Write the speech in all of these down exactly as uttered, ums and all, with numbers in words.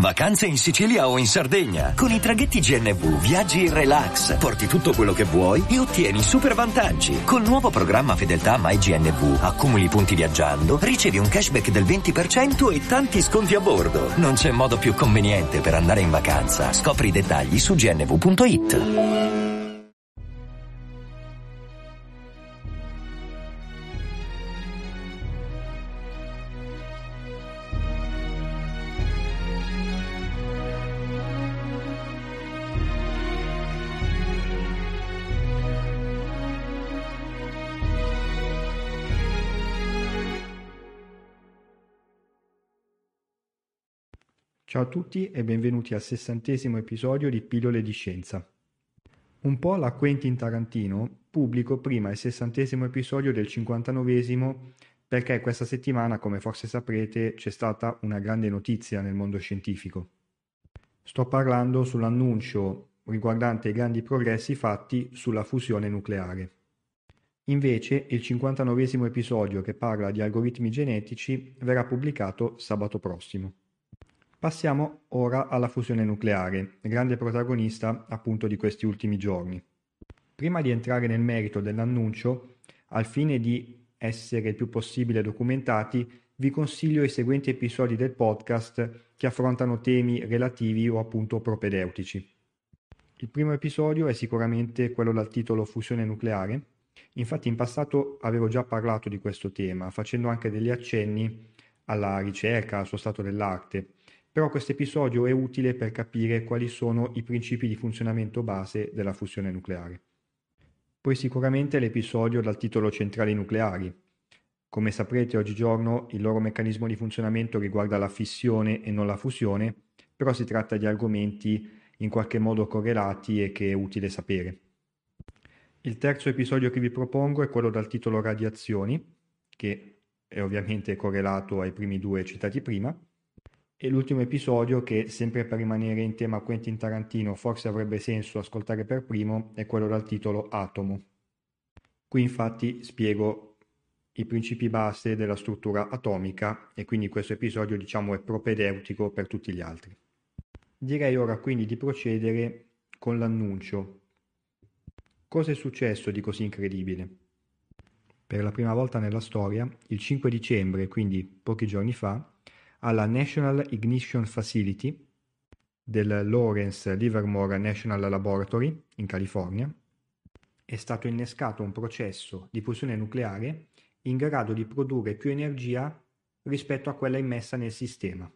Vacanze in Sicilia o in Sardegna. Con i traghetti G N V viaggi in relax, porti tutto quello che vuoi e ottieni super vantaggi. Col nuovo programma Fedeltà MyGNV accumuli punti viaggiando, ricevi un cashback del venti per cento e tanti sconti a bordo. Non c'è modo più conveniente per andare in vacanza. Scopri i dettagli su g n v punto i t. Ciao a tutti e benvenuti al sessantesimo episodio di Pillole di Scienza. Un po' alla Quentin Tarantino, pubblico prima il sessantesimo episodio del cinquantanovesimo perché questa settimana, come forse saprete, c'è stata una grande notizia nel mondo scientifico. Sto parlando sull'annuncio riguardante i grandi progressi fatti sulla fusione nucleare. Invece, il cinquantanovesimo episodio che parla di algoritmi genetici verrà pubblicato sabato prossimo. Passiamo ora alla fusione nucleare, grande protagonista appunto di questi ultimi giorni. Prima di entrare nel merito dell'annuncio, al fine di essere il più possibile documentati, vi consiglio i seguenti episodi del podcast che affrontano temi relativi o appunto propedeutici. Il primo episodio è sicuramente quello dal titolo Fusione nucleare. Infatti in passato avevo già parlato di questo tema, facendo anche degli accenni alla ricerca, al suo stato dell'arte. Però questo episodio è utile per capire quali sono i principi di funzionamento base della fusione nucleare. Poi sicuramente l'episodio dal titolo Centrali nucleari. Come saprete oggigiorno il loro meccanismo di funzionamento riguarda la fissione e non la fusione, però si tratta di argomenti in qualche modo correlati e che è utile sapere. Il terzo episodio che vi propongo è quello dal titolo Radiazioni, che è ovviamente correlato ai primi due citati prima. E l'ultimo episodio, che sempre per rimanere in tema Quentin Tarantino forse avrebbe senso ascoltare per primo, è quello dal titolo Atomo. Qui infatti spiego i principi base della struttura atomica e quindi questo episodio diciamo è propedeutico per tutti gli altri. Direi ora quindi di procedere con l'annuncio. Cosa è successo di così incredibile? Per la prima volta nella storia, il cinque dicembre, quindi pochi giorni fa, alla National Ignition Facility del Lawrence Livermore National Laboratory in California è stato innescato un processo di fusione nucleare in grado di produrre più energia rispetto a quella immessa nel sistema.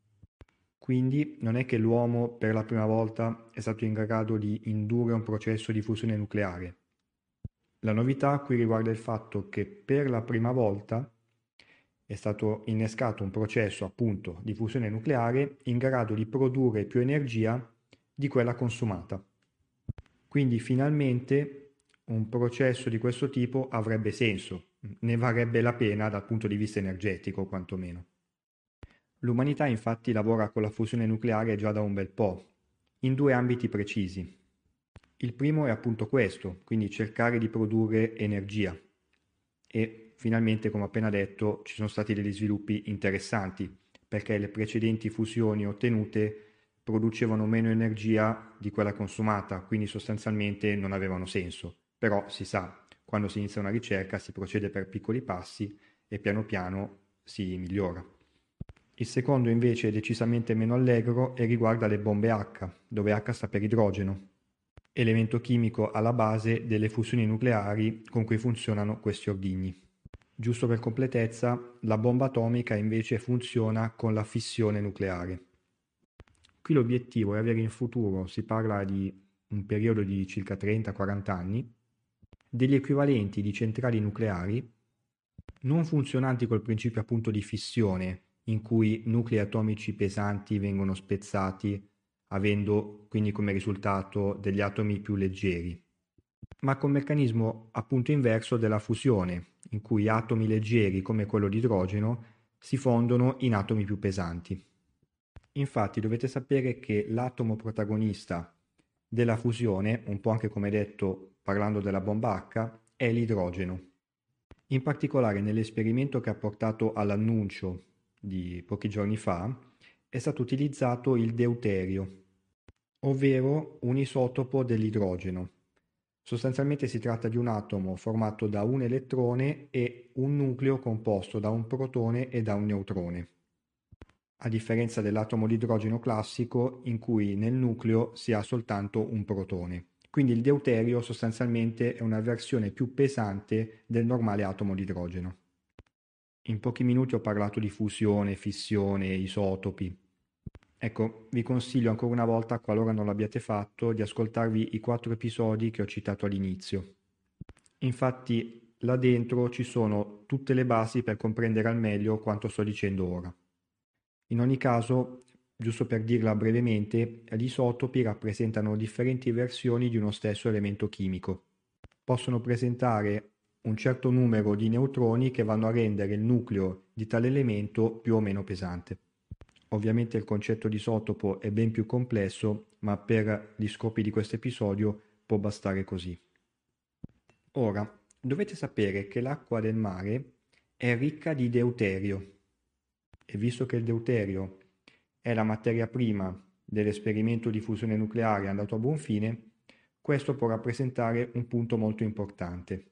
Quindi non è che l'uomo per la prima volta è stato in grado di indurre un processo di fusione nucleare. La novità qui riguarda il fatto che per la prima volta è stato innescato un processo appunto di fusione nucleare in grado di produrre più energia di quella consumata. Quindi finalmente un processo di questo tipo avrebbe senso, ne varrebbe la pena dal punto di vista energetico quantomeno. L'umanità infatti lavora con la fusione nucleare già da un bel po', in due ambiti precisi. Il primo è appunto questo, quindi cercare di produrre energia e finalmente, come appena detto, ci sono stati degli sviluppi interessanti perché le precedenti fusioni ottenute producevano meno energia di quella consumata, quindi sostanzialmente non avevano senso. Però si sa, quando si inizia una ricerca si procede per piccoli passi e piano piano si migliora. Il secondo invece è decisamente meno allegro e riguarda le bombe H, dove H sta per idrogeno, elemento chimico alla base delle fusioni nucleari con cui funzionano questi ordigni. Giusto per completezza, la bomba atomica invece funziona con la fissione nucleare. Qui l'obiettivo è avere in futuro, si parla di un periodo di circa trenta quaranta anni, degli equivalenti di centrali nucleari non funzionanti col principio appunto di fissione, in cui nuclei atomici pesanti vengono spezzati, avendo quindi come risultato degli atomi più leggeri, ma col meccanismo appunto inverso della fusione, in cui atomi leggeri come quello di idrogeno si fondono in atomi più pesanti. Infatti dovete sapere che l'atomo protagonista della fusione, un po' anche come detto parlando della bomba H, è l'idrogeno. In particolare nell'esperimento che ha portato all'annuncio di pochi giorni fa, è stato utilizzato il deuterio, ovvero un isotopo dell'idrogeno. Sostanzialmente si tratta di un atomo formato da un elettrone e un nucleo composto da un protone e da un neutrone, a differenza dell'atomo di idrogeno classico in cui nel nucleo si ha soltanto un protone. Quindi il deuterio sostanzialmente è una versione più pesante del normale atomo di idrogeno. In pochi minuti ho parlato di fusione, fissione, isotopi. Ecco, vi consiglio ancora una volta, qualora non l'abbiate fatto, di ascoltarvi i quattro episodi che ho citato all'inizio. Infatti, là dentro ci sono tutte le basi per comprendere al meglio quanto sto dicendo ora. In ogni caso, giusto per dirla brevemente, gli isotopi rappresentano differenti versioni di uno stesso elemento chimico. Possono presentare un certo numero di neutroni che vanno a rendere il nucleo di tale elemento più o meno pesante. Ovviamente il concetto di isotopo è ben più complesso, ma per gli scopi di questo episodio può bastare così. Ora, dovete sapere che l'acqua del mare è ricca di deuterio, e visto che il deuterio è la materia prima dell'esperimento di fusione nucleare andato a buon fine, questo può rappresentare un punto molto importante.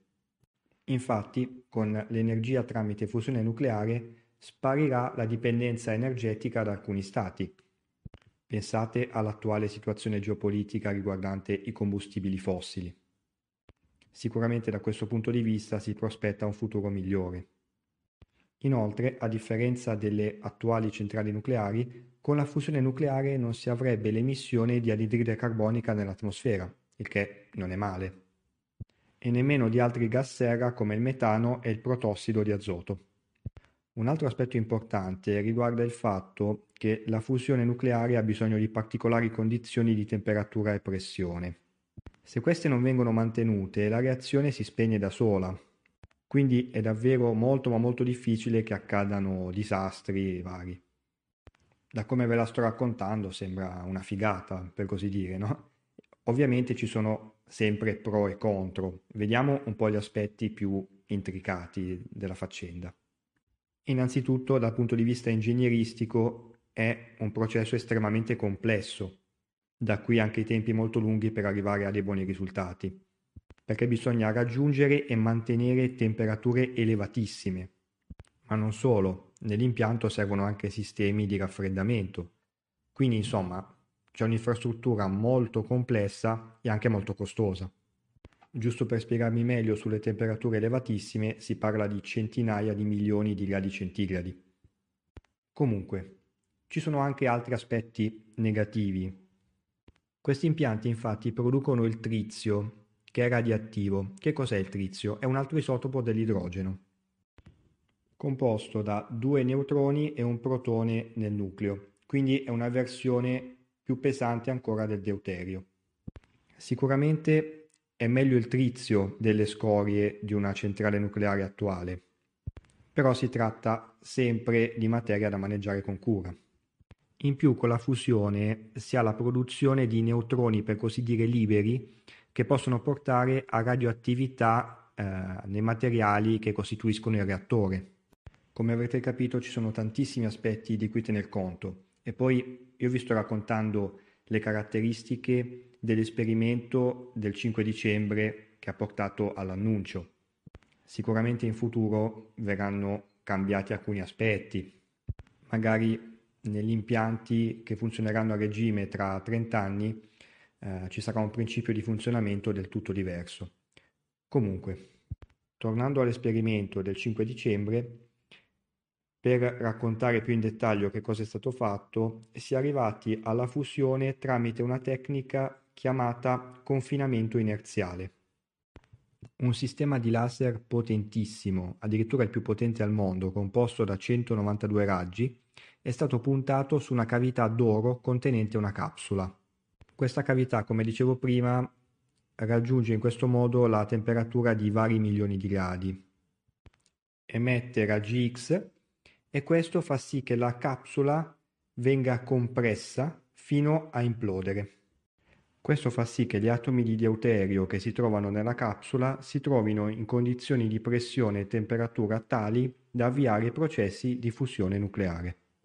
Infatti, con l'energia tramite fusione nucleare sparirà la dipendenza energetica da alcuni stati. Pensate all'attuale situazione geopolitica riguardante i combustibili fossili. Sicuramente da questo punto di vista si prospetta un futuro migliore. Inoltre, a differenza delle attuali centrali nucleari, con la fusione nucleare non si avrebbe l'emissione di anidride carbonica nell'atmosfera, il che non è male, e nemmeno di altri gas serra come il metano e il protossido di azoto. Un altro aspetto importante riguarda il fatto che la fusione nucleare ha bisogno di particolari condizioni di temperatura e pressione. Se queste non vengono mantenute, la reazione si spegne da sola. Quindi è davvero molto ma molto difficile che accadano disastri vari. Da come ve la sto raccontando sembra una figata, per così dire, no? Ovviamente ci sono sempre pro e contro. Vediamo un po' gli aspetti più intricati della faccenda. Innanzitutto, dal punto di vista ingegneristico, è un processo estremamente complesso, da qui anche i tempi molto lunghi per arrivare a dei buoni risultati, perché bisogna raggiungere e mantenere temperature elevatissime. Ma non solo, nell'impianto servono anche sistemi di raffreddamento. Quindi, insomma, c'è un'infrastruttura molto complessa e anche molto costosa. Giusto per spiegarmi meglio sulle temperature elevatissime, si parla di centinaia di milioni di gradi centigradi. Comunque, ci sono anche altri aspetti negativi. Questi impianti infatti producono il trizio, che è radioattivo. Che cos'è il trizio? È un altro isotopo dell'idrogeno, composto da due neutroni e un protone nel nucleo, quindi è una versione più pesante ancora del deuterio. Sicuramente è meglio il trizio delle scorie di una centrale nucleare attuale, però si tratta sempre di materia da maneggiare con cura. In più, con la fusione si ha la produzione di neutroni, per così dire, liberi, che possono portare a radioattività eh, nei materiali che costituiscono il reattore. Come avrete capito, ci sono tantissimi aspetti di cui tener conto. E poi io vi sto raccontando le caratteristiche dell'esperimento del cinque dicembre che ha portato all'annuncio. Sicuramente in futuro verranno cambiati alcuni aspetti, magari negli impianti che funzioneranno a regime tra trenta anni eh, ci sarà un principio di funzionamento del tutto diverso. Comunque, tornando all'esperimento del cinque dicembre, per raccontare più in dettaglio che cosa è stato fatto, si è arrivati alla fusione tramite una tecnica chiamata confinamento inerziale. Un sistema di laser potentissimo, addirittura il più potente al mondo, composto da centonovantadue raggi, è stato puntato su una cavità d'oro contenente una capsula. Questa cavità, come dicevo prima, raggiunge in questo modo la temperatura di vari milioni di gradi. Emette raggi X e questo fa sì che la capsula venga compressa fino a implodere. Questo fa sì che gli atomi di deuterio che si trovano nella capsula si trovino in condizioni di pressione e temperatura tali da avviare i processi di fusione nucleare.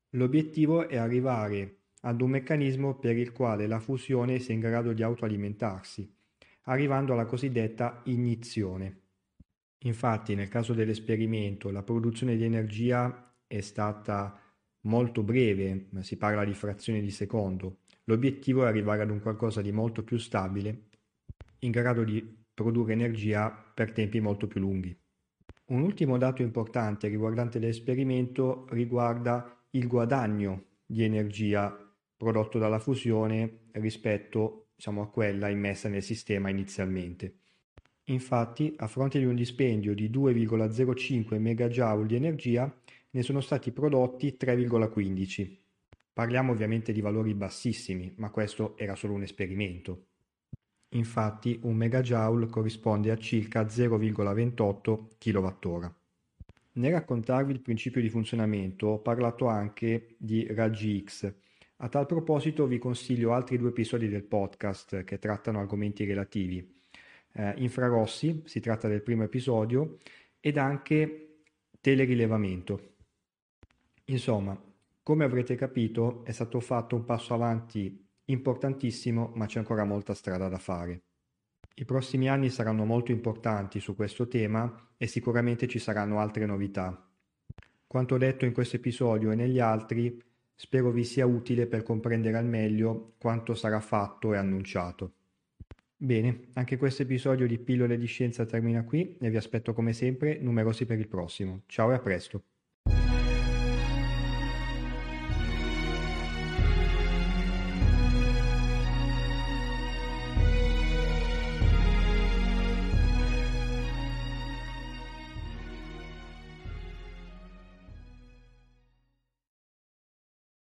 L'obiettivo è arrivare ad un meccanismo per il quale la fusione sia in grado di autoalimentarsi, arrivando alla cosiddetta ignizione. Infatti, nel caso dell'esperimento, la produzione di energia è stata molto breve, si parla di frazioni di secondo. L'obiettivo è arrivare ad un qualcosa di molto più stabile, in grado di produrre energia per tempi molto più lunghi. Un ultimo dato importante riguardante l'esperimento riguarda il guadagno di energia prodotto dalla fusione rispetto, diciamo, a quella immessa nel sistema inizialmente. Infatti, a fronte di un dispendio di due virgola zero cinque megajoule di energia, ne sono stati prodotti tre virgola quindici. Parliamo ovviamente di valori bassissimi, ma questo era solo un esperimento. Infatti, un megajoule corrisponde a circa zero virgola ventotto chilowattora. Nel raccontarvi il principio di funzionamento ho parlato anche di raggi X. A tal proposito vi consiglio altri due episodi del podcast che trattano argomenti relativi. Eh, infrarossi, si tratta del primo episodio, ed anche telerilevamento. Insomma, come avrete capito, è stato fatto un passo avanti importantissimo, ma c'è ancora molta strada da fare. I prossimi anni saranno molto importanti su questo tema e sicuramente ci saranno altre novità. Quanto detto in questo episodio e negli altri, spero vi sia utile per comprendere al meglio quanto sarà fatto e annunciato. Bene, anche questo episodio di Pillole di Scienza termina qui e vi aspetto come sempre numerosi per il prossimo. Ciao e a presto!